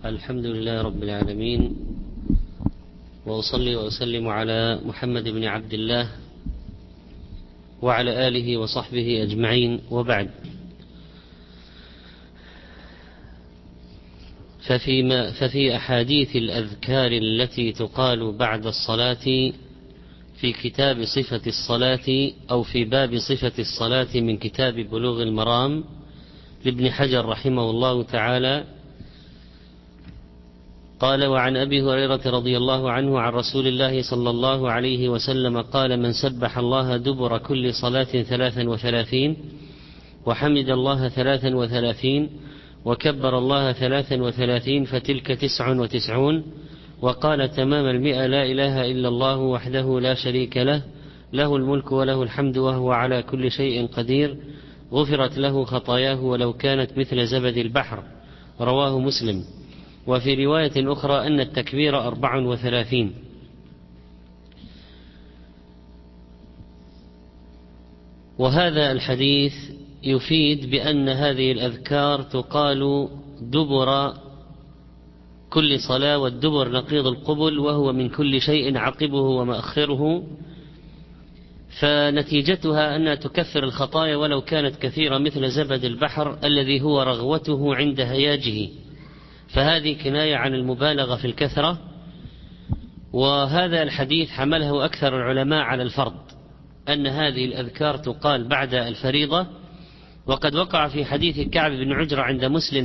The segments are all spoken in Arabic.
الحمد لله رب العالمين، وأصلي وأسلم على محمد بن عبد الله وعلى آله وصحبه أجمعين، وبعد. ففي أحاديث الأذكار التي تقال بعد الصلاة في كتاب صفة الصلاة أو في باب صفة الصلاة من كتاب بلوغ المرام لابن حجر رحمه الله تعالى قال: وعن أبي هريرة رضي الله عنه عن رسول الله صلى الله عليه وسلم قال: من سبح الله دبر كل صلاة 33 وحمد الله 33 وكبر الله 33 فتلك 99، وقال تمام 100: لا إله إلا الله وحده لا شريك له، له الملك وله الحمد وهو على كل شيء قدير، غفرت له خطاياه ولو كانت مثل زبد البحر. رواه مسلم. وفي رواية أخرى أن التكبير 34. وهذا الحديث يفيد بأن هذه الأذكار تقال دبر كل صلاة، والدبر نقيض القبل، وهو من كل شيء عقبه ومأخره، فنتيجتها أنها تكفر الخطايا ولو كانت كثيرة مثل زبد البحر الذي هو رغوته عند هياجه، فهذه كناية عن المبالغة في الكثرة. وهذا الحديث حمله أكثر العلماء على الفرض، أن هذه الأذكار تقال بعد الفريضة. وقد وقع في حديث كعب بن عجرة عند مسلم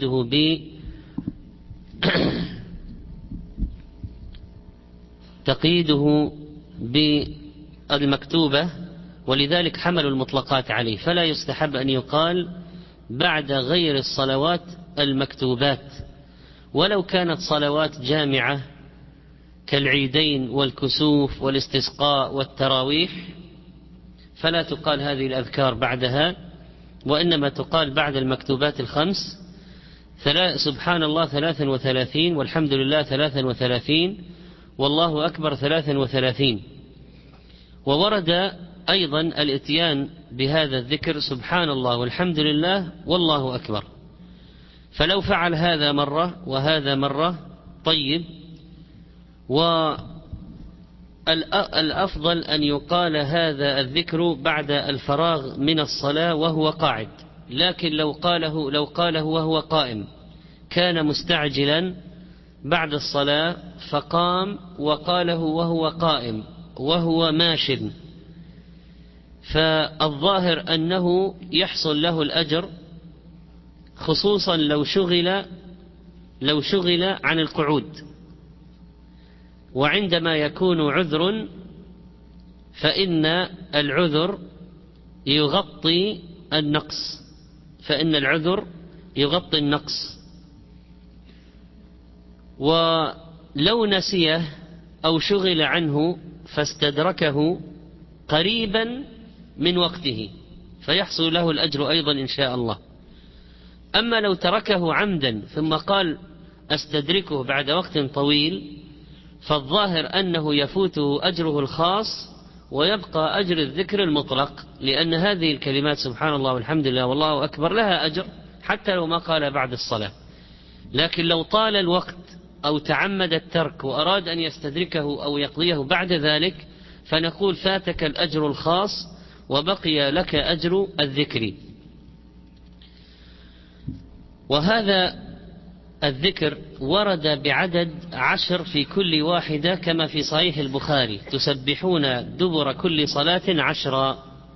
تقييده بالمكتوبة، ولذلك حملوا المطلقات عليه، فلا يستحب أن يقال بعد غير الصلوات المكتوبات، ولو كانت صلوات جامعة كالعيدين والكسوف والاستسقاء والتراويح فلا تقال هذه الأذكار بعدها، وإنما تقال بعد المكتوبات الخمس: سبحان الله 33 والحمد لله 33 والله أكبر 33. وورد أيضا الإتيان بهذا الذكر سبحان الله والحمد لله والله أكبر، فلو فعل هذا مرة وهذا مرة طيب. والأفضل أن يقال هذا الذكر بعد الفراغ من الصلاة وهو قاعد، لكن لو قاله وهو قائم كان مستعجلا بعد الصلاة فقام وقاله وهو قائم وهو ماش، فالظاهر أنه يحصل له الأجر، خصوصا لو شغل عن القعود. وعندما يكون عذر فإن العذر يغطي النقص، ولو نسيه أو شغل عنه فاستدركه قريبا من وقته فيحصل له الأجر أيضا إن شاء الله. أما لو تركه عمدا ثم قال أستدركه بعد وقت طويل فالظاهر أنه يفوته أجره الخاص ويبقى أجر الذكر المطلق، لأن هذه الكلمات سبحان الله والحمد لله والله أكبر لها أجر حتى لو ما قال بعد الصلاة. لكن لو طال الوقت أو تعمد الترك وأراد أن يستدركه أو يقضيه بعد ذلك فنقول فاتك الأجر الخاص وبقي لك أجر الذكر. وهذا الذكر ورد بعدد 10 في كل واحدة كما في صحيح البخاري: تسبحون دبر كل صلاة 10.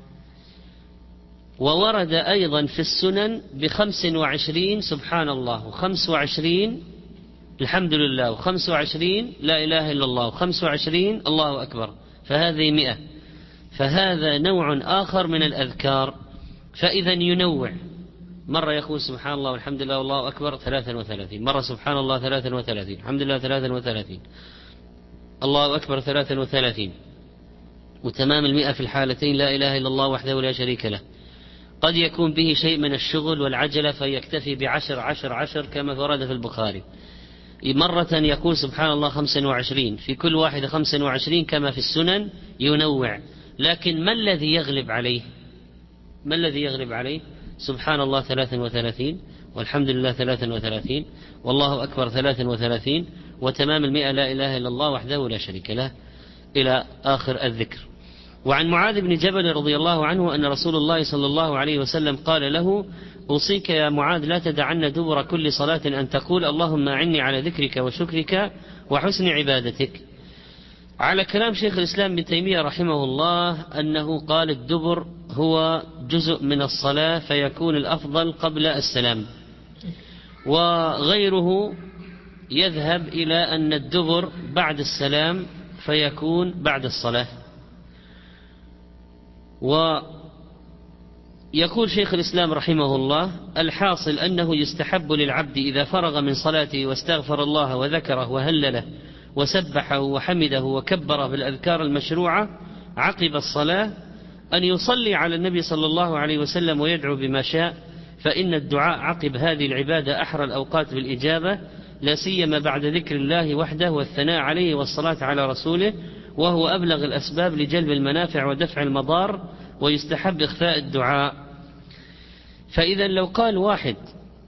وورد أيضا في السنن ب25 سبحان الله، و25 الحمد لله، و25 لا إله إلا الله، و25 الله أكبر، فهذه 100. فهذا نوع آخر من الأذكار، فإذا ينوع، مرة يقول سبحان الله والحمد لله والله أكبر 33، مرة سبحان الله 33، الحمد لله 33، الله أكبر 33، وتمام 100 في الحالتين لا إله إلا الله وحده لا شريك له. قد يكون به شيء من الشغل والعجلة فيكتفي ب10 كما ورد في البخاري. مرة يقول سبحان الله 25، في كل واحدة 25 كما في السنن، ينوع. لكن ما الذي يغلب عليه؟ سبحان الله 33 والحمد لله 33 والله أكبر 33 وتمام 100 لا إله إلا الله وحده لا شريك له إلى آخر الذكر. وعن معاذ بن جبل رضي الله عنه أن رسول الله صلى الله عليه وسلم قال له: أوصيك يا معاذ لا تدعن دبر كل صلاة أن تقول اللهم أعني على ذكرك وشكرك وحسن عبادتك. على كلام شيخ الإسلام ابن تيمية رحمه الله أنه قال الدبر هو جزء من الصلاة فيكون الأفضل قبل السلام، وغيره يذهب إلى أن الدبر بعد السلام فيكون بعد الصلاة. ويقول شيخ الإسلام رحمه الله: الحاصل أنه يستحب للعبد إذا فرغ من صلاته واستغفر الله وذكره وهلله وسبحه وحمده وكبره بالأذكار المشروعة عقب الصلاة أن يصلي على النبي صلى الله عليه وسلم ويدعو بما شاء، فإن الدعاء عقب هذه العبادة أحرى الأوقات بالإجابة، لا سيما بعد ذكر الله وحده والثناء عليه والصلاة على رسوله، وهو أبلغ الأسباب لجلب المنافع ودفع المضار، ويستحب إخفاء الدعاء. فإذا لو قال واحد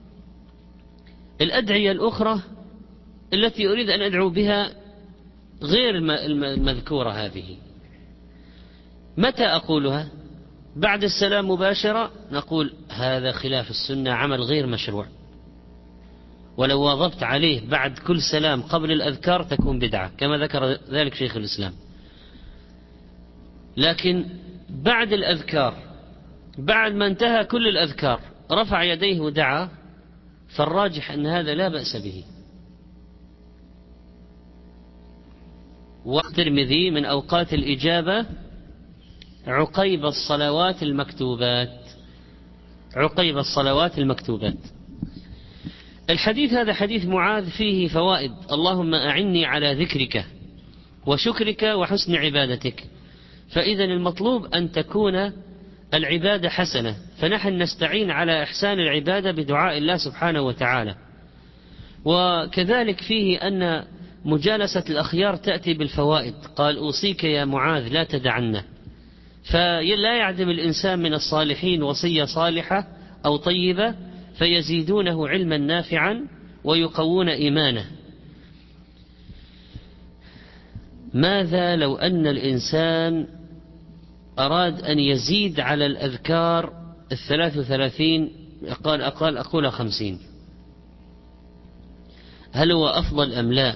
الأدعية الأخرى التي أريد أن أدعو بها غير المذكورة هذه متى أقولها؟ بعد السلام مباشرة؟ نقول هذا خلاف السنة، عمل غير مشروع، ولو واظبت عليه بعد كل سلام قبل الأذكار تكون بدعة كما ذكر ذلك شيخ الإسلام. لكن بعد الأذكار، بعد ما انتهى كل الأذكار رفع يديه ودعا، فالراجح أن هذا لا بأس به. والترمذي من أوقات الإجابة عقيب الصلوات المكتوبات، عقيب الصلوات المكتوبات. الحديث هذا حديث معاذ فيه فوائد: اللهم أعني على ذكرك وشكرك وحسن عبادتك. فإذا المطلوب أن تكون العبادة حسنة، فنحن نستعين على إحسان العبادة بدعاء الله سبحانه وتعالى. وكذلك فيه أن مجالسة الأخيار تأتي بالفوائد، قال: أوصيك يا معاذ لا تدعنا، فلا يعدم الإنسان من الصالحين وصية صالحة أو طيبة فيزيدونه علما نافعا ويقوون إيمانه. ماذا لو أن الإنسان أراد أن يزيد على الأذكار 33 أقول 50، هل هو أفضل أم لا؟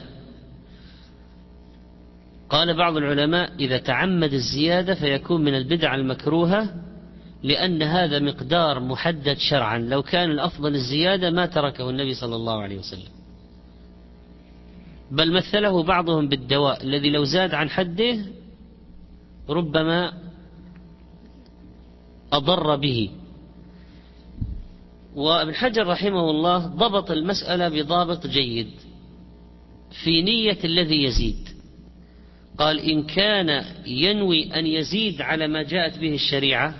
قال بعض العلماء: إذا تعمد الزيادة فيكون من البدع المكروهة، لأن هذا مقدار محدد شرعا، لو كان الأفضل الزيادة ما تركه النبي صلى الله عليه وسلم، بل مثله بعضهم بالدواء الذي لو زاد عن حده ربما أضر به. وابن حجر رحمه الله ضبط المسألة بضابط جيد في نية الذي يزيد، قال: إن كان ينوي أن يزيد على ما جاءت به الشريعة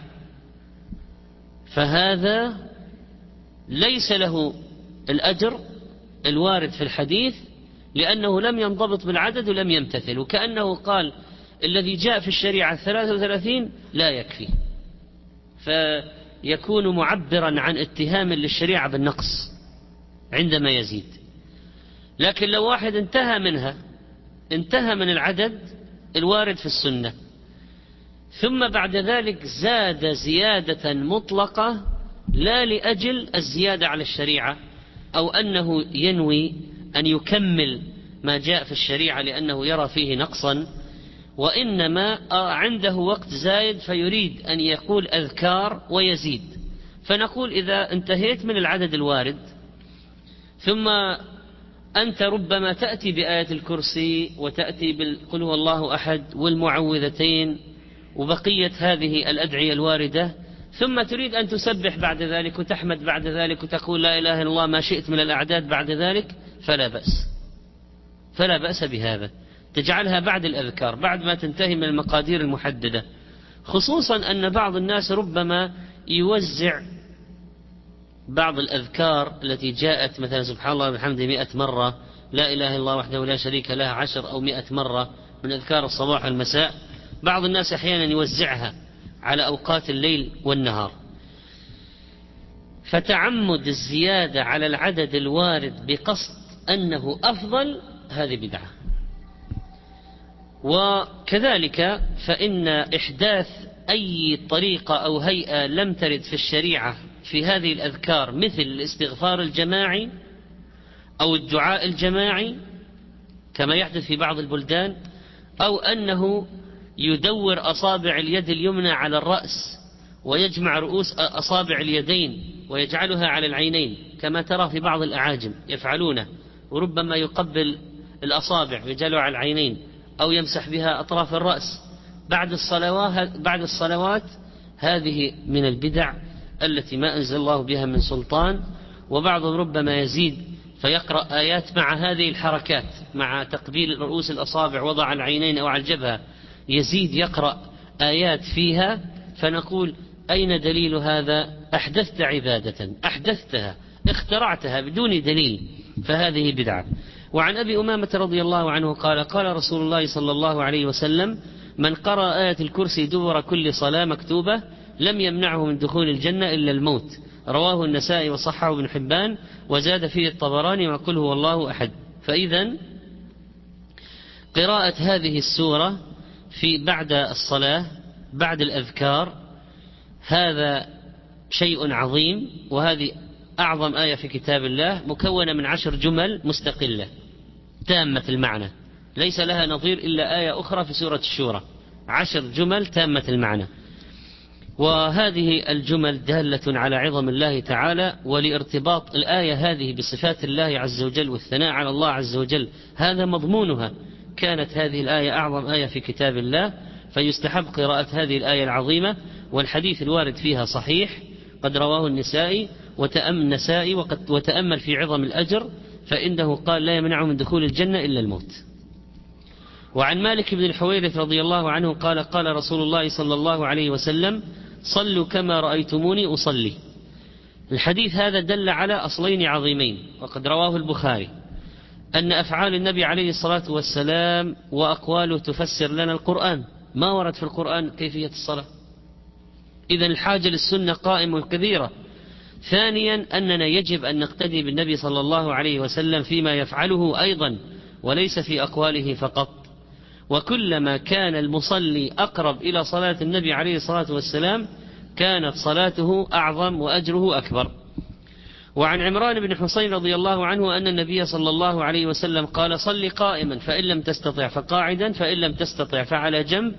فهذا ليس له الأجر الوارد في الحديث، لأنه لم ينضبط بالعدد ولم يمتثل، وكأنه قال الذي جاء في الشريعة 33 لا يكفي، فيكون معبرا عن اتهام للشريعة بالنقص عندما يزيد. لكن لو واحد انتهى من العدد الوارد في السنة، ثم بعد ذلك زاد زيادة مطلقة لا لأجل الزيادة على الشريعة أو أنه ينوي أن يكمل ما جاء في الشريعة لأنه يرى فيه نقصا، وإنما عنده وقت زايد فيريد أن يقول أذكار ويزيد، فنقول: إذا انتهيت من العدد الوارد ثم أنت ربما تأتي بآية الكرسي وتأتي بالقل هو الله أحد والمعوذتين وبقية هذه الأدعية الواردة، ثم تريد أن تسبح بعد ذلك وتحمد بعد ذلك وتقول لا إله إلا الله ما شئت من الأعداد بعد ذلك، فلا بأس بهذا، تجعلها بعد الأذكار بعد ما تنتهي من المقادير المحددة، خصوصا أن بعض الناس ربما يوزع بعض الأذكار التي جاءت مثلا سبحان الله وبحمده 100 مرة، لا إله إلا الله وحده لا شريك له 10 أو 100 مرة من أذكار الصباح والمساء، بعض الناس أحيانا يوزعها على أوقات الليل والنهار. فتعمد الزيادة على العدد الوارد بقصد أنه أفضل هذه بدعة. وكذلك فإن إحداث أي طريقة أو هيئة لم ترد في الشريعة في هذه الأذكار مثل الاستغفار الجماعي أو الدعاء الجماعي كما يحدث في بعض البلدان، أو أنه يدور أصابع اليد اليمنى على الرأس ويجمع رؤوس أصابع اليدين ويجعلها على العينين كما ترى في بعض الأعاجم يفعلونه، وربما يقبل الأصابع ويجعلها على العينين أو يمسح بها أطراف الرأس بعد الصلوات. هذه من البدع التي ما أنزل الله بها من سلطان. وبعضهم ربما يزيد فيقرأ آيات مع هذه الحركات، مع تقبيل رؤوس الأصابع وضع على العينين أو على الجبهة، يزيد يقرأ آيات فيها، فنقول أين دليل هذا؟ أحدثت عبادة، أحدثتها، اخترعتها بدون دليل، فهذه بدعة. وعن أبي أمامة رضي الله عنه قال قال رسول الله صلى الله عليه وسلم: من قرأ آية الكرسي دبر كل صلاة مكتوبة لم يمنعه من دخول الجنة إلا الموت. رواه النسائي وصححه ابن حبان، وزاد فيه الطبراني وقل هو الله أحد. فإذا قراءة هذه السورة في بعد الصلاة بعد الأذكار هذا شيء عظيم، وهذه أعظم آية في كتاب الله، مكونة من 10 جمل مستقلة تامة المعنى، ليس لها نظير إلا آية أخرى في سورة الشورى، 10 جمل تامة المعنى. وهذه الجمل دالة على عظم الله تعالى، ولارتباط الآية هذه بصفات الله عز وجل والثناء على الله عز وجل، هذا مضمونها. كانت هذه الآية أعظم آية في كتاب الله، فيستحب قراءة هذه الآية العظيمة، والحديث الوارد فيها صحيح قد رواه النسائي وتأمل في عظم الأجر، فإنه قال: لا يمنع من دخول الجنة إلا الموت. وعن مالك بن الحويرث رضي الله عنه قال قال رسول الله صلى الله عليه وسلم: صلوا كما رأيتموني أصلي. الحديث هذا دل على أصلين عظيمين، وقد رواه البخاري، أن أفعال النبي عليه الصلاة والسلام وأقواله تفسر لنا القرآن، ما ورد في القرآن كيفية الصلاة، إذن الحاجة للسنة قائمة كثيرة. ثانيا أننا يجب أن نقتدي بالنبي صلى الله عليه وسلم فيما يفعله أيضا، وليس في أقواله فقط. وكلما كان المصلي أقرب إلى صلاة النبي عليه الصلاة والسلام كانت صلاته أعظم وأجره أكبر. وعن عمران بن حسين رضي الله عنه أن النبي صلى الله عليه وسلم قال: صل قائما فإن لم تستطع فقاعدا فإن لم تستطع فعلى جنب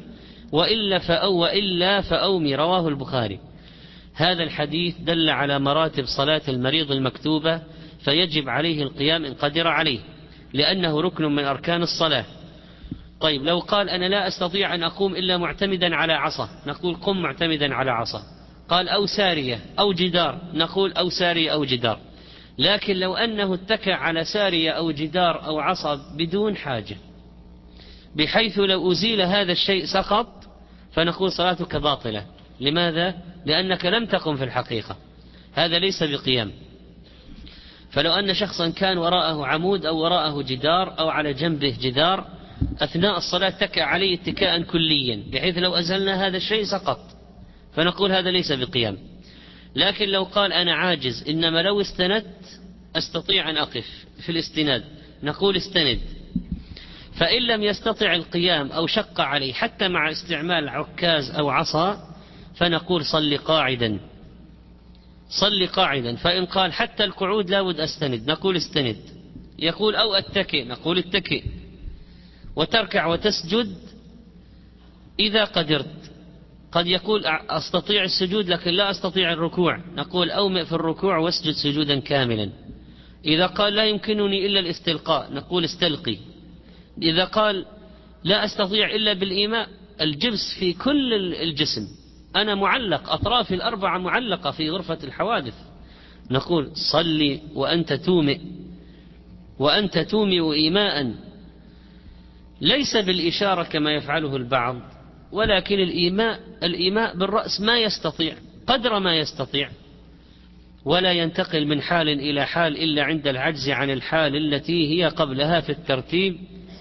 وإلا فأومي. رواه البخاري. هذا الحديث دل على مراتب صلاة المريض المكتوبة، فيجب عليه القيام إن قدر عليه، لأنه ركن من أركان الصلاة. طيب لو قال: أنا لا أستطيع أن أقوم إلا معتمدا على عصا، نقول: قم معتمدا على عصا. قال: أو سارية أو جدار، نقول: أو سارية أو جدار. لكن لو أنه اتكى على سارية أو جدار أو عصا بدون حاجة، بحيث لو أزيل هذا الشيء سقط، فنقول صلاتك باطلة. لماذا؟ لأنك لم تقم في الحقيقة، هذا ليس بقيام. فلو أن شخصا كان وراءه عمود أو وراءه جدار أو على جنبه جدار أثناء الصلاة تكى عليه اتكاء كليا، بحيث لو أزلنا هذا الشيء سقط، فنقول هذا ليس بقيام. لكن لو قال: أنا عاجز، إنما لو استندت أستطيع أن أقف في الاستناد، نقول: استند. فإن لم يستطع القيام أو شق عليه حتى مع استعمال عكاز أو عصا، فنقول: صل قاعدا، صل قاعدا. فإن قال: حتى القعود لا بد أستند، نقول: استند. يقول: أو أتكئ، نقول: اتكئ. وتركع وتسجد إذا قدرت. قد يقول: أستطيع السجود لكن لا أستطيع الركوع، نقول: أومئ في الركوع واسجد سجودا كاملا. إذا قال: لا يمكنني إلا الاستلقاء، نقول: استلقي. إذا قال: لا أستطيع إلا بالإيماء، الجبس في كل الجسم، أنا معلق، أطرافي الأربعة معلقة في غرفة الحوادث، نقول: صلي وأنت تومئ إيماء، ليس بالإشارة كما يفعله البعض، ولكن الإيماء بالرأس ما يستطيع قدر ما يستطيع، ولا ينتقل من حال إلى حال إلا عند العجز عن الحال التي هي قبلها في الترتيب.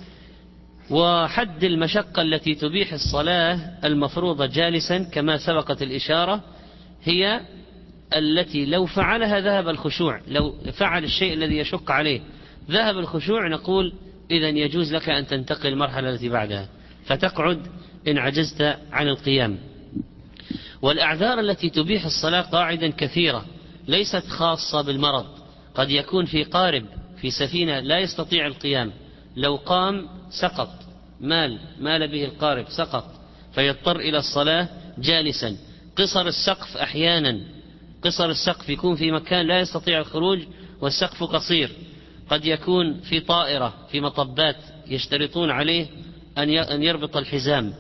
وحد المشقة التي تبيح الصلاة المفروضة جالسا كما سبقت الإشارة هي التي لو فعلها ذهب الخشوع، لو فعل الشيء الذي يشق عليه ذهب الخشوع، نقول إذن يجوز لك أن تنتقل المرحلة التي بعدها فتقعد إن عجزت عن القيام. والأعذار التي تبيح الصلاة قاعدا كثيرة ليست خاصة بالمرض. قد يكون في قارب في سفينة لا يستطيع القيام، لو قام سقط، مال به القارب سقط، فيضطر إلى الصلاة جالسا. قصر السقف أحيانا، قصر السقف يكون في مكان لا يستطيع الخروج والسقف قصير. قد يكون في طائرة في مطبات يشترطون عليه أن يربط الحزام،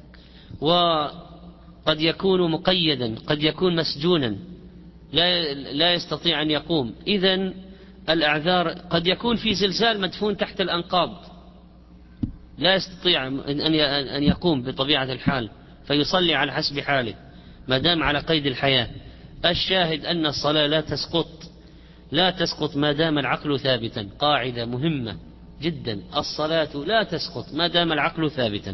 وقد يكون مقيدا، قد يكون مسجونا لا يستطيع أن يقوم. إذن الأعذار، قد يكون في زلزال مدفون تحت الأنقاض لا يستطيع أن يقوم بطبيعة الحال، فيصلي على حسب حاله ما دام على قيد الحياة. الشاهد أن الصلاة لا تسقط ما دام العقل ثابتا. قاعدة مهمة جدا، الصلاة لا تسقط ما دام العقل ثابتا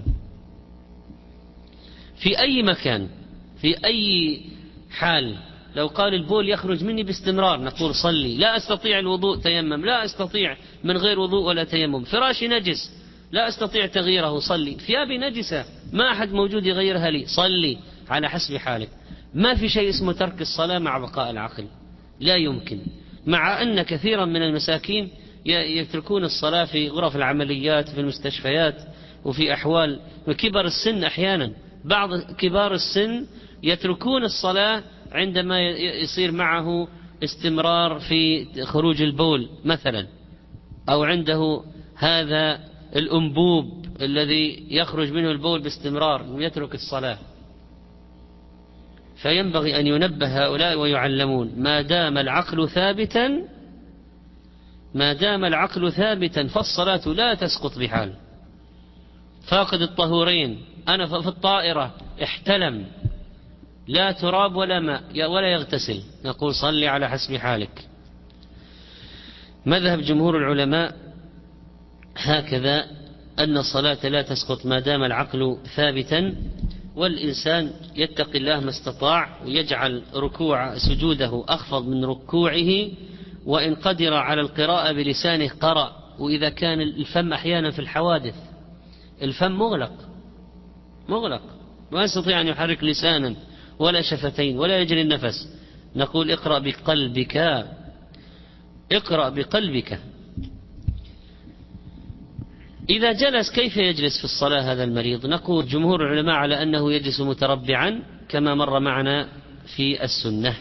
في أي مكان في أي حال. لو قال البول يخرج مني باستمرار نقول صلي. لا أستطيع الوضوء تيمم، لا أستطيع من غير وضوء ولا تيمم. فراشي نجس لا أستطيع تغييره صلي. ثيابي نجسة ما أحد موجود يغيرها لي صلي على حسب حالك. ما في شيء اسمه ترك الصلاة مع بقاء العقل، لا يمكن. مع أن كثيرا من المساكين يتركون الصلاة في غرف العمليات في المستشفيات وفي أحوال وكبر السن. أحيانا بعض كبار السن يتركون الصلاة عندما يصير معه استمرار في خروج البول مثلا، أو عنده هذا الأنبوب الذي يخرج منه البول باستمرار ويترك الصلاة. فينبغي أن ينبه هؤلاء ويعلمون ما دام العقل ثابتا فالصلاة لا تسقط بحال. فاقد الطهورين، أنا في الطائرة احتلم، لا تراب ولا ماء ولا يغتسل، نقول صلي على حسب حالك. مذهب جمهور العلماء هكذا، أن الصلاة لا تسقط ما دام العقل ثابتا، والإنسان يتقي الله ما استطاع ويجعل سجوده أخفض من ركوعه، وإن قدر على القراءة بلسانه قرأ. وإذا كان الفم أحيانا في الحوادث الفم مغلق ما يستطيع أن يحرك لسانا ولا شفتين ولا يجري النفس، نقول اقرأ بقلبك. إذا جلس كيف يجلس في الصلاة هذا المريض؟ نقول جمهور العلماء على أنه يجلس متربعا كما مر معنا في السنة.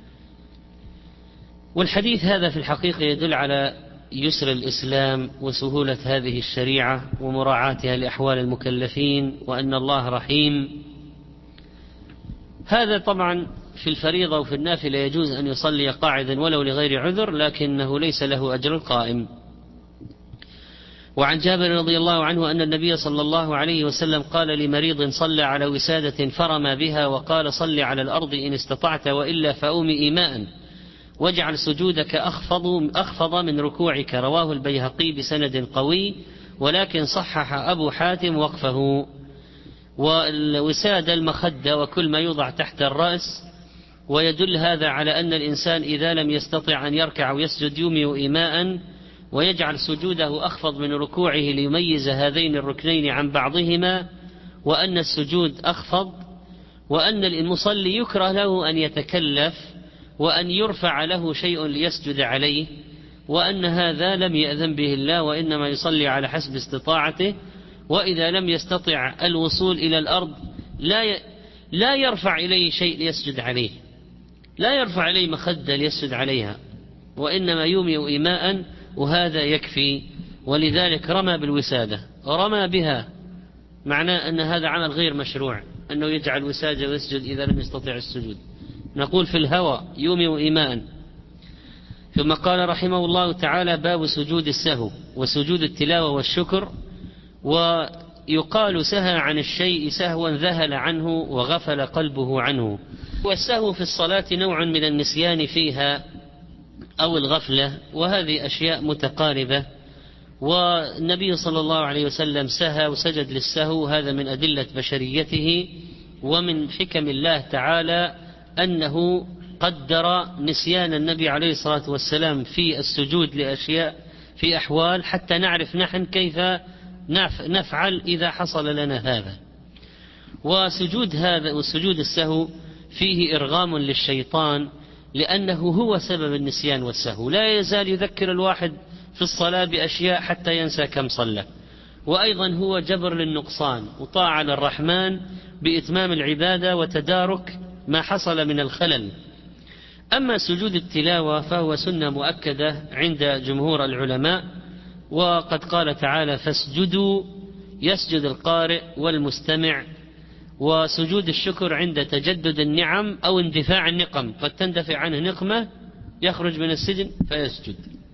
والحديث هذا في الحقيقة يدل على يسر الإسلام وسهولة هذه الشريعة ومراعاتها لأحوال المكلفين، وأن الله رحيم. هذا طبعا في الفريضة وفي النافلة يجوز أن يصلي قاعدا ولو لغير عذر، لكنه ليس له أجر القائم. وعن جابر رضي الله عنه أن النبي صلى الله عليه وسلم قال لمريض صلى على وسادة فرمى بها وقال صل على الأرض إن استطعت وإلا فأوم إيماء واجعل سجودك أخفض من ركوعك. رواه البيهقي بسند قوي، ولكن صحح أبو حاتم وقفه. والوسادة المخدة وكل ما يوضع تحت الرأس، ويدل هذا على أن الإنسان إذا لم يستطع أن يركع ويسجد يومئ إيماء ويجعل سجوده أخفض من ركوعه ليميز هذين الركنين عن بعضهما، وأن السجود أخفض، وأن المصلي يكره له أن يتكلف وأن يرفع له شيء ليسجد عليه، وأن هذا لم يأذن به الله، وإنما يصلي على حسب استطاعته. وإذا لم يستطع الوصول إلى الأرض لا يرفع إليه شيء ليسجد عليه، لا يرفع إليه مخدة ليسجد عليها، وإنما يومئ إيماء، وهذا يكفي. ولذلك رمى بالوسادة، رمى بها، معناه أن هذا عمل غير مشروع، أنه يجعل وسادة ويسجد إذا لم يستطع السجود. نقول في الهوى يومئ إيماء. ثم قال رحمه الله تعالى: باب سجود السهو وسجود التلاوة والشكر. ويقال سهى عن الشيء سهوا ذهل عنه وغفل قلبه عنه. والسهو في الصلاة نوع من النسيان فيها أو الغفلة، وهذه أشياء متقاربة. والنبي صلى الله عليه وسلم سهى وسجد للسهو، هذا من أدلة بشريته ومن حكم الله تعالى أنه قدر نسيان النبي عليه الصلاة والسلام في السجود لأشياء في أحوال حتى نعرف نحن كيف نفعل إذا حصل لنا هذا. وسجود السهو فيه إرغام للشيطان، لأنه هو سبب النسيان والسهو، لا يزال يذكر الواحد في الصلاة بأشياء حتى ينسى كم صلى، وأيضا هو جبر للنقصان وطاعة للرحمن بإتمام العبادة وتدارك ما حصل من الخلل. أما سجود التلاوة فهو سنة مؤكدة عند جمهور العلماء، وقد قال تعالى فاسجدوا، يسجد القارئ والمستمع. وسجود الشكر عند تجدد النعم أو اندفاع النقم، قد تندفع عنه نقمة يخرج من السجن فيسجد،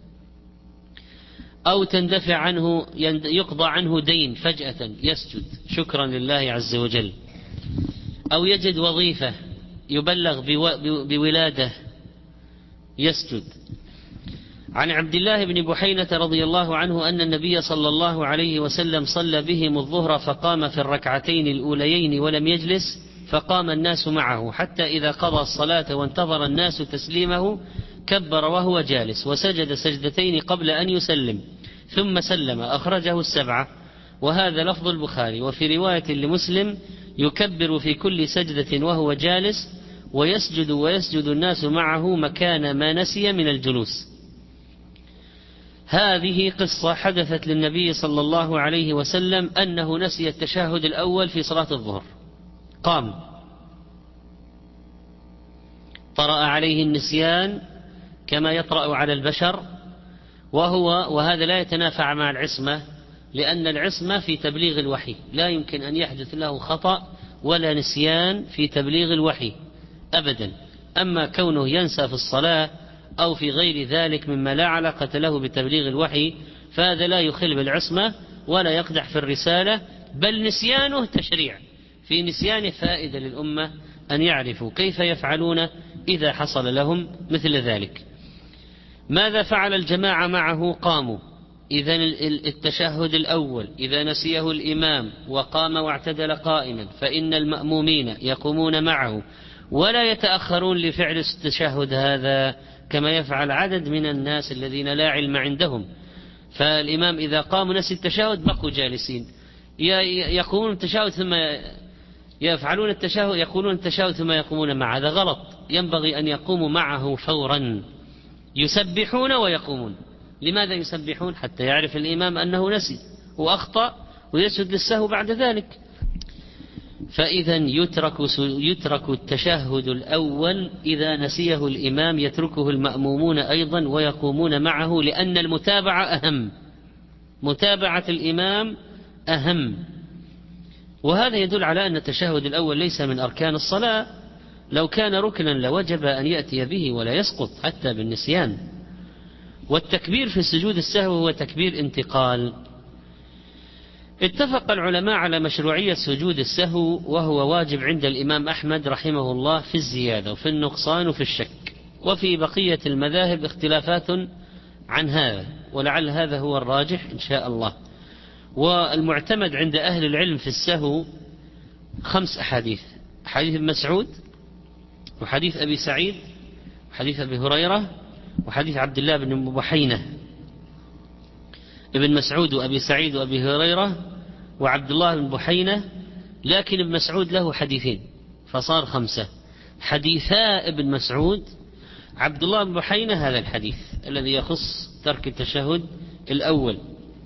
أو تندفع عنه يقضى عنه دين فجأة يسجد شكرا لله عز وجل، أو يجد وظيفة يبلغ بولادة يسجد. عن عبد الله بن بحينة رضي الله عنه أن النبي صلى الله عليه وسلم صلى بهم الظهر فقام في الركعتين الأوليين ولم يجلس، فقام الناس معه حتى إذا قضى الصلاة وانتظر الناس تسليمه كبر وهو جالس وسجد سجدتين قبل أن يسلم ثم سلم، أخرجه السبعة، وهذا لفظ البخاري. وفي رواية لمسلم يكبر في كل سجدة وهو جالس ويسجد الناس معه مكان ما نسي من الجلوس. هذه قصة حدثت للنبي صلى الله عليه وسلم أنه نسي التشهد الأول في صلاة الظهر، قام طرأ عليه النسيان كما يطرأ على البشر، وهذا لا يتنافع مع العصمة، لأن العصمة في تبليغ الوحي، لا يمكن أن يحدث له خطأ ولا نسيان في تبليغ الوحي أبدا. أما كونه ينسى في الصلاة أو في غير ذلك مما لا علاقة له بتبليغ الوحي فهذا لا يخل بالعصمة ولا يقدح في الرسالة، بل نسيانه تشريع، في نسيانه فائدة للأمة أن يعرفوا كيف يفعلون إذا حصل لهم مثل ذلك. ماذا فعل الجماعة معه؟ قاموا. إذن التشهد الأول إذا نسيه الإمام وقام واعتدل قائما فإن المأمومين يقومون معه ولا يتأخرون لفعل التشهد هذا كما يفعل عدد من الناس الذين لا علم عندهم. فالإمام إذا قام نسي التشهد بقوا جالسين، يقومون التشهد ثم يفعلون التشهد، يقولون التشهد ثم يقومون معه، هذا غلط. ينبغي أن يقوموا معه فورا، يسبحون ويقومون. لماذا يسبحون؟ حتى يعرف الإمام أنه نسي وأخطأ ويسجد للسهو بعد ذلك. فإذا يترك التشهد الأول إذا نسيه الإمام، يتركه المأمومون أيضا ويقومون معه، لأن المتابعة أهم، متابعة الإمام أهم. وهذا يدل على أن التشهد الأول ليس من أركان الصلاة، لو كان ركنا لوجب أن يأتي به ولا يسقط حتى بالنسيان. والتكبير في السجود السهو هو تكبير انتقال. اتفق العلماء على مشروعية سجود السهو، وهو واجب عند الإمام أحمد رحمه الله في الزيادة وفي النقصان وفي الشك، وفي بقية المذاهب اختلافات عن هذا، ولعل هذا هو الراجح إن شاء الله. والمعتمد عند أهل العلم في السهو 5 أحاديث: حديث ابن مسعود، وحديث أبي سعيد، وحديث أبي هريرة، وحديث عبد الله بن بحينة. ابن مسعود وأبي سعيد وأبي هريرة وعبد الله بن بحينة، لكن ابن مسعود له حديثين فصار 5. حديثا ابن مسعود، عبد الله بن بحينة هذا الحديث الذي يخص ترك التشهد الأول.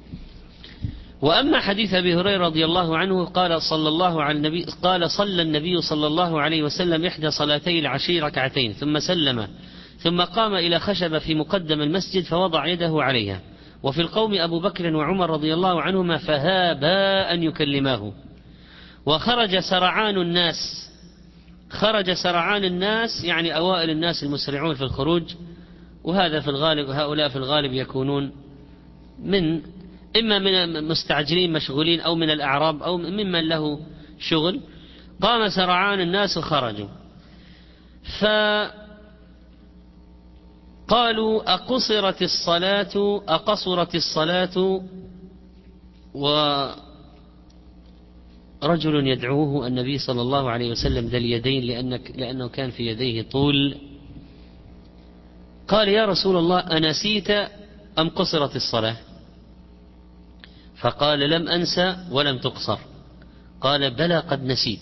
وأما حديث أبي هريرة رضي الله عنه قال صلى النبي صلى الله عليه وسلم إحدى صلاتي العشي ركعتين ثم سلم، ثم قام إلى خشبة في مقدم المسجد فوضع يده عليها، وفي القوم أبو بكر وعمر رضي الله عنهما فهابا أن يكلماه، وخرج سرعان الناس يعني أوائل الناس المسرعون في الخروج. وهذا في الغالب، هؤلاء في الغالب يكونون إما من مستعجلين مشغولين أو من الأعراب أو ممن له شغل. قام سرعان الناس وخرجوا، فقالوا أقصرت الصلاة، ورجل يدعوه النبي صلى الله عليه وسلم ذا اليدين لأنه كان في يديه طول قال يا رسول الله أنسيت أم قصرت الصلاة؟ فقال لم أنسى ولم تقصر. قال بلى قد نسيت.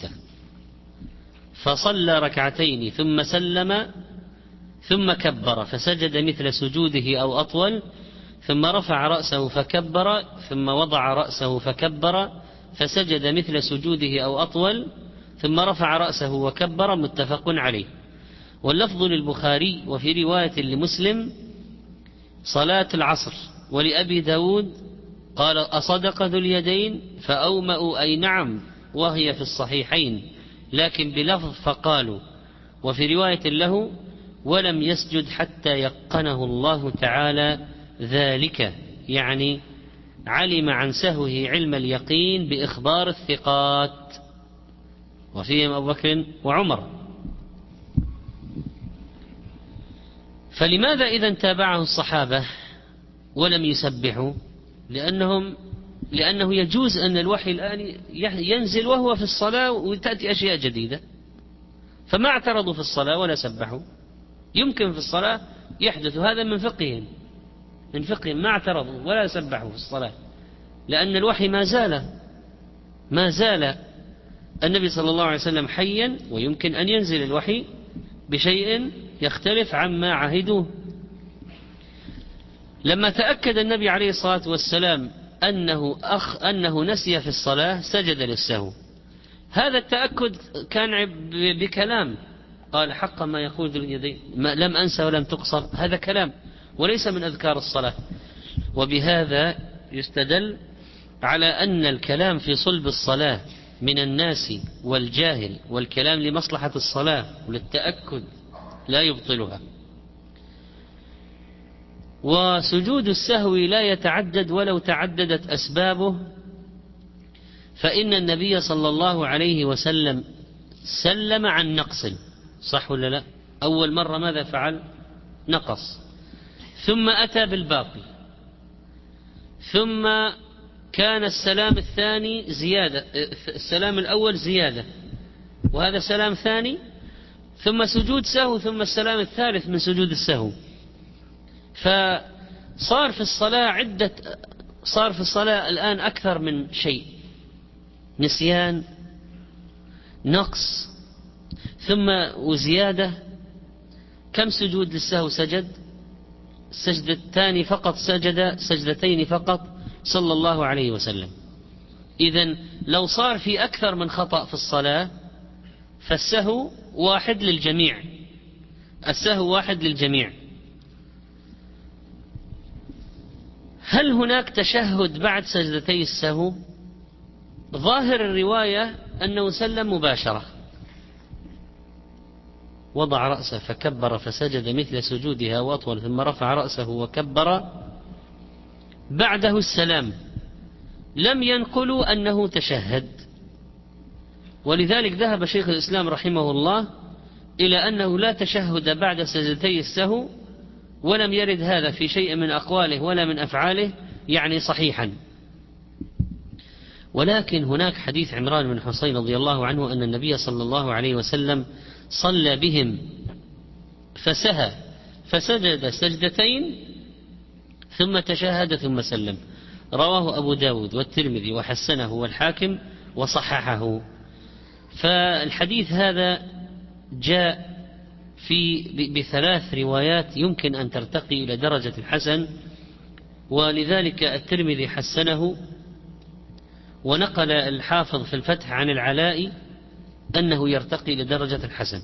فصلى ركعتين ثم سلم ثم كبر فسجد مثل سجوده أو أطول، ثم رفع رأسه فكبر، ثم وضع رأسه فكبر فسجد مثل سجوده أو أطول، ثم رفع رأسه وكبر. متفق عليه. واللفظ للبخاري وفي رواية لمسلم صلاة العصر. ولأبي داود قال أصدق ذو اليدين؟ فأومأوا أي نعم، وهي في الصحيحين لكن بلفظ فقالوا. وفي رواية له ولم يسجد حتى يقنه الله تعالى ذلك، يعني علم عن سهوه علم اليقين بإخبار الثقات، وفيهم أبو بكر وعمر. فلماذا إذن تابعه الصحابة ولم يسبحوا؟ لأنه يجوز أن الوحي الآن ينزل وهو في الصلاة وتأتي أشياء جديدة، فما اعترضوا في الصلاة ولا سبحوا. يمكن في الصلاة يحدث هذا من فقههم ما اعترضوا ولا سبحوا في الصلاة، لأن الوحي ما زال النبي صلى الله عليه وسلم حيا، ويمكن أن ينزل الوحي بشيء يختلف عما عهدوه. لما تأكد النبي عليه الصلاة والسلام أنه نسي في الصلاة سجد للسهو. هذا التأكد كان بكلام، قال حق ما يقول ذو اليدين لم أنسى ولم تقصر، هذا كلام وليس من أذكار الصلاة. وبهذا يستدل على أن الكلام في صلب الصلاة من الناس والجاهل والكلام لمصلحة الصلاة وللتأكد لا يبطلها. وسجود السهو لا يتعدد ولو تعددت أسبابه، فإن النبي صلى الله عليه وسلم سلم عن نقص، صح ولا لا؟ أول مرة ماذا فعل؟ نقص، ثم أتى بالباقي، ثم كان السلام الثاني زيادة، السلام الأول زيادة وهذا سلام ثاني، ثم سجود سهو، ثم السلام الثالث من سجود السهو. فصار في الصلاة الآن أكثر من شيء: نسيان، نقص، ثم وزيادة. كم سجود للسهو سجد؟ سجدتان فقط، سجد سجدتين فقط صلى الله عليه وسلم. إذن لو صار في أكثر من خطأ في الصلاة فالسهو واحد للجميع، السهو واحد للجميع. هل هناك تشهد بعد سجدتي السهو؟ ظاهر الرواية أنه سلم مباشرة، وضع رأسه فكبر فسجد مثل سجودها وأطول، ثم رفع رأسه وكبر، بعده السلام. لم ينقلوا أنه تشهد، ولذلك ذهب شيخ الإسلام رحمه الله إلى أنه لا تشهد بعد سجدتي السهو، ولم يرد هذا في شيء من أقواله ولا من أفعاله، يعني صحيحا. ولكن هناك حديث عمران بن حصين رضي الله عنه أن النبي صلى الله عليه وسلم صلى بهم فسهى فسجد سجدتين ثم تشهد ثم سلم. رواه أبو داود والترمذي وحسنه والحاكم وصححه. فالحديث هذا جاء بثلاث روايات يمكن أن ترتقي إلى درجة الحسن، ولذلك الترمذي حسنه، ونقل الحافظ في الفتح عن العلاء أنه يرتقي إلى درجة الحسن.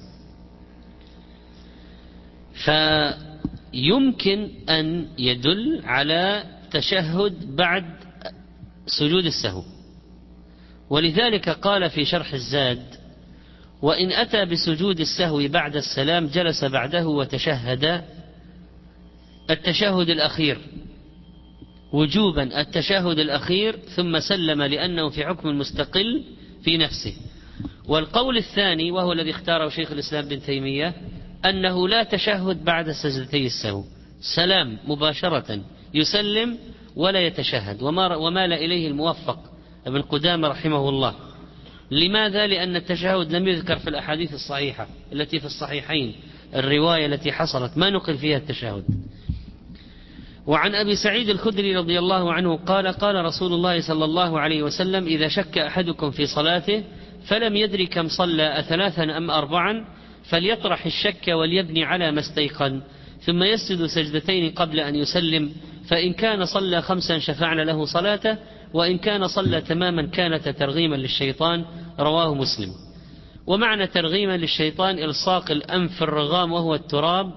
فيمكن أن يدل على تشهد بعد سجود السهو. ولذلك قال في شرح الزاد: وإن أتى بسجود السهو بعد السلام جلس بعده وتشهد التشهد الأخير وجوبا، التشهد الأخير، ثم سلم لأنه في حكم مستقل في نفسه. والقول الثاني وهو الذي اختاره شيخ الإسلام بن تيمية أنه لا تشهد بعد سجدتي السهو، سلام مباشرة، يسلم ولا يتشهد، ومال إليه الموفق ابن قدامة رحمه الله. لماذا؟ لأن التشهد لم يذكر في الأحاديث الصحيحة التي في الصحيحين، الرواية التي حصلت ما نقل فيها التشهد. وعن أبي سعيد الخدري رضي الله عنه قال قال رسول الله صلى الله عليه وسلم: إذا شك أحدكم في صلاته فلم يدري كم صلى أثلاثا أم أربعا فليطرح الشك وليبني على ما استيقن، ثم يسجد سجدتين قبل أن يسلم، فإن كان صلى 5 شفعنا له صلاته، وإن كان صلى تماما كانت ترغيما للشيطان. رواه مسلم. ومعنى ترغيما للشيطان إلصاق الأنف في الرغام وهو التراب،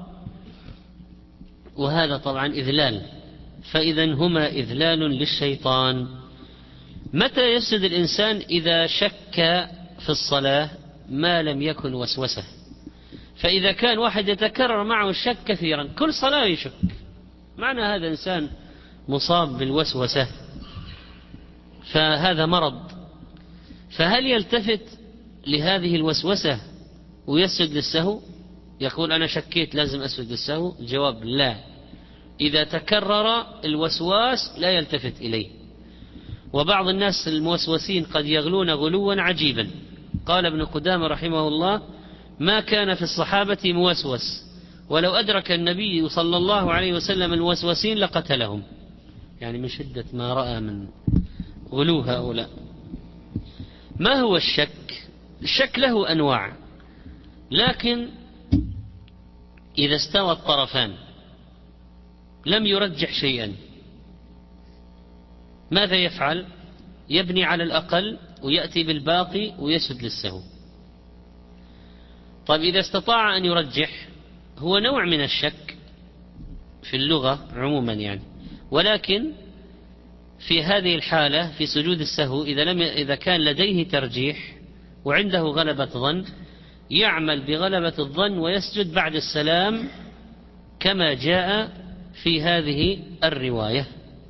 وهذا طبعا إذلال، فإذا هما إذلال للشيطان. متى يسجد الإنسان؟ إذا شك في الصلاة ما لم يكن وسوسة. فإذا كان واحد يتكرر معه الشك كثيرا، كل صلاة يشك، معنى هذا إنسان مصاب بالوسوسة، فهذا مرض. فهل يلتفت لهذه الوسوسة ويسجد للسهو؟ يقول أنا شكيت لازم أسجد للسهو؟ الجواب لا. إذا تكرر الوسواس لا يلتفت إليه. وبعض الناس الموسوسين قد يغلون غلوا عجيبا. قال ابن قدامة رحمه الله: ما كان في الصحابة موسوس، ولو أدرك النبي صلى الله عليه وسلم الموسوسين لقتلهم، يعني من شدة ما رأى من غلو هؤلاء. ما هو الشك؟ الشك له أنواع، لكن إذا استوى الطرفان لم يرجح شيئا ماذا يفعل؟ يبني على الأقل ويأتي بالباقي ويسجد للسهو. طيب إذا استطاع أن يرجح، هو نوع من الشك في اللغة عموما يعني، ولكن في هذه الحالة في سجود السهو إذا كان لديه ترجيح وعنده غلبة ظن، يعمل بغلبة الظن ويسجد بعد السلام كما جاء في هذه الرواية.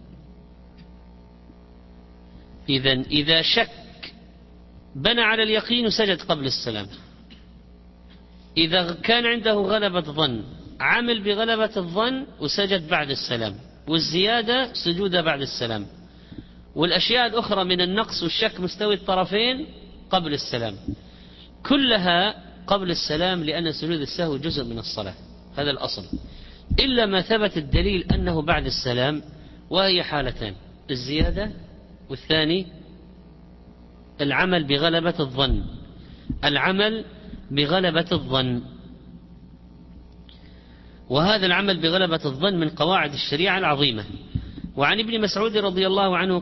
إذا شك بنى على اليقين وسجد قبل السلام. إذا كان عنده غلبة ظن عمل بغلبة الظن وسجد بعد السلام، والزيادة سجود بعد السلام، والأشياء الأخرى من النقص والشك مستوي الطرفين قبل السلام، كلها قبل السلام، لأن سجود السهو جزء من الصلاة، هذا الأصل، إلا ما ثبت الدليل أنه بعد السلام، وهي حالتان: الزيادة، والثاني العمل بغلبة الظن. العمل بغلبة الظن، وهذا العمل بغلبة الظن من قواعد الشريعة العظيمة. وعن ابن مسعود رضي الله عنه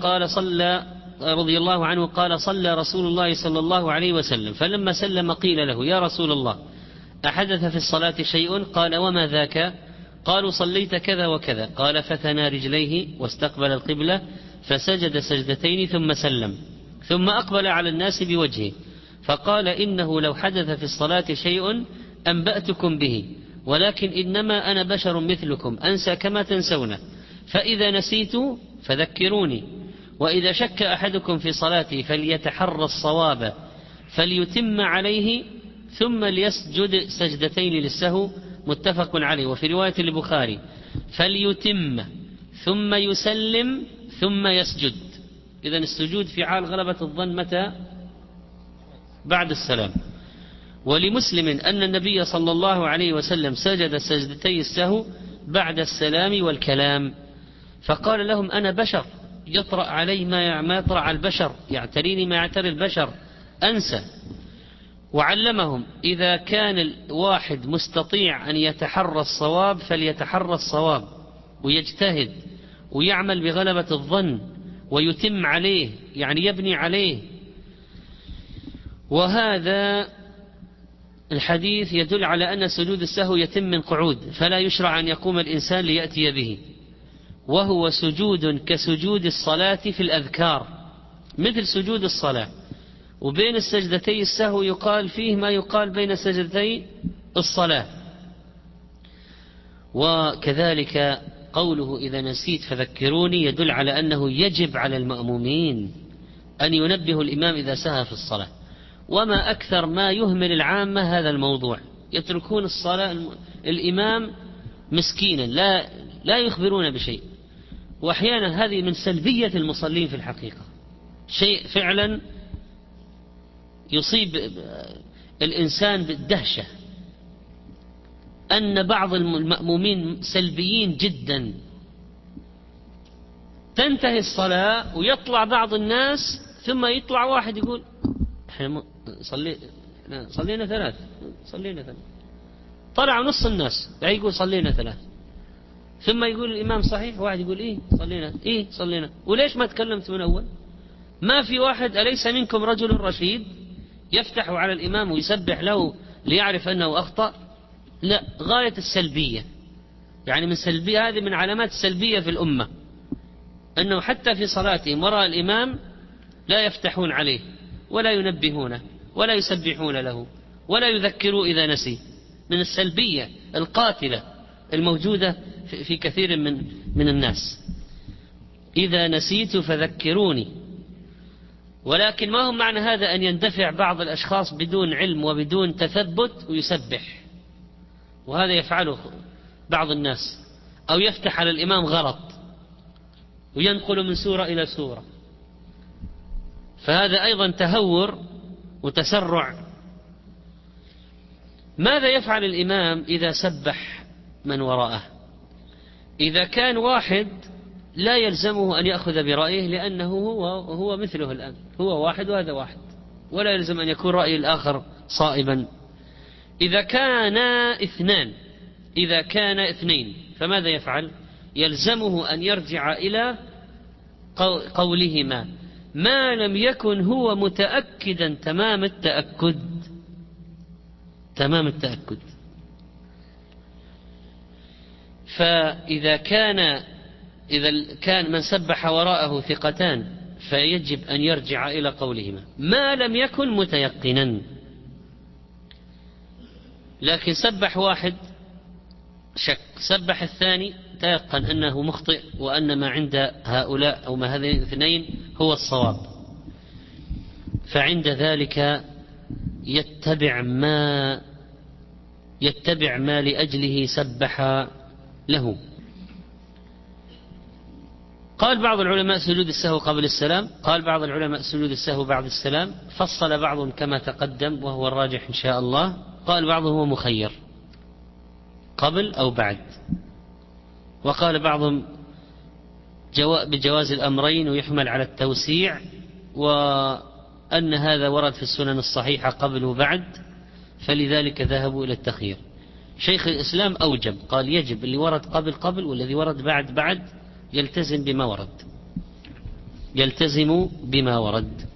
قال صلى رسول الله صلى الله عليه وسلم، فلما سلم قيل له: يا رسول الله، أحدث في الصلاة شيء؟ قال: وما ذاك؟ قالوا: صليت كذا وكذا. قال: فثنى رجليه واستقبل القبلة فسجد سجدتين ثم سلم، ثم أقبل على الناس بوجهه فقال: إنه لو حدث في الصلاة شيء أنبأتكم به، ولكن إنما أنا بشر مثلكم أنسى كما تنسون، فإذا نسيت فذكروني، وإذا شك أحدكم في صلاته فليتحرى الصواب فليتم عليه، ثم ليسجد سجدتين للسهو. متفق عليه. وفي رواية البخاري: فليتم ثم يسلم ثم يسجد. إذن السجود في حال غلبة الظن متى؟ بعد السلام. ولمسلم أن النبي صلى الله عليه وسلم سجد سجدتي السهو بعد السلام والكلام، فقال لهم: أنا بشر يطرأ علي ما يطرأ البشر، يعتريني ما يعتري البشر، أنسى. وعلمهم: إذا كان الواحد مستطيع أن يتحرى الصواب فليتحرى الصواب ويجتهد ويعمل بغلبة الظن ويتم عليه، يعني يبني عليه. وهذا الحديث يدل على أن سجود السهو يتم من قعود، فلا يشرع أن يقوم الإنسان ليأتي به، وهو سجود كسجود الصلاة في الأذكار، مثل سجود الصلاة. وبين السجدتي السهو يقال فيه ما يقال بين سجدتي الصلاة. وكذلك قوله: إذا نسيت فذكروني، يدل على أنه يجب على المأمومين أن ينبهوا الإمام إذا سهى في الصلاة. وما أكثر ما يهمل العامة هذا الموضوع، يتركون الصلاة الإمام مسكينا لا يخبرون بشيء. وأحيانا هذه من سلبية المصلين في الحقيقة، شيء فعلا يصيب الإنسان بالدهشة. أن بعض المأمومين سلبيين جدا، تنتهي الصلاة ويطلع بعض الناس، ثم يطلع واحد يقول احنا صلينا ثلاث، طلع نص الناس يقول صلينا ثلاث، ثم يقول الإمام صحيح، واحد يقول صلينا، وليش ما تكلمت من أول؟ ما في واحد أليس منكم رجل رشيد يفتح على الإمام ويسبح له ليعرف أنه أخطأ؟ لا، غاية السلبية، يعني من سلبية، هذه من علامات السلبية في الأمة، أنه حتى في صلاتهم وراء الإمام لا يفتحون عليه ولا ينبهونه ولا يسبحون له ولا يذكروا إذا نسي، من السلبية القاتلة الموجودة في كثير من الناس. إذا نسيت فذكروني. ولكن ما هو معنى هذا أن يندفع بعض الأشخاص بدون علم وبدون تثبت ويسبح، وهذا يفعله بعض الناس، أو يفتح على الإمام غلط وينقل من سورة إلى سورة، فهذا أيضا تهور وتسرع. ماذا يفعل الإمام إذا سبح من وراءه؟ إذا كان واحد لا يلزمه أن يأخذ برأيه، لأنه هو مثله الآن، هو واحد وهذا واحد، ولا يلزم أن يكون رأي الآخر صائبا. إذا كان اثنين فماذا يفعل؟ يلزمه أن يرجع إلى قولهما، ما لم يكن هو متأكدا تمام التأكد. فإذا كان من سبح وراءه ثقتان فيجب أن يرجع إلى قولهما ما لم يكن متيقنا. لكن سبح واحد شك، سبح الثاني تيقن أنه مخطئ وأن ما عند هؤلاء أو ما هذين الاثنين هو الصواب، فعند ذلك يتبع ما لأجله سبح له. قال بعض العلماء سجود السهو قبل السلام، قال بعض العلماء سجود السهو بعد السلام، فصل بعضهم كما تقدم وهو الراجح إن شاء الله، قال بعضهم هو مخير قبل أو بعد، وقال بعضهم بجواز الأمرين ويحمل على التوسيع، وأن هذا ورد في السنن الصحيحة قبل وبعد، فلذلك ذهبوا إلى التخيير. شيخ الإسلام أوجب، قال يجب اللي ورد قبل والذي ورد بعد يلتزم بما ورد.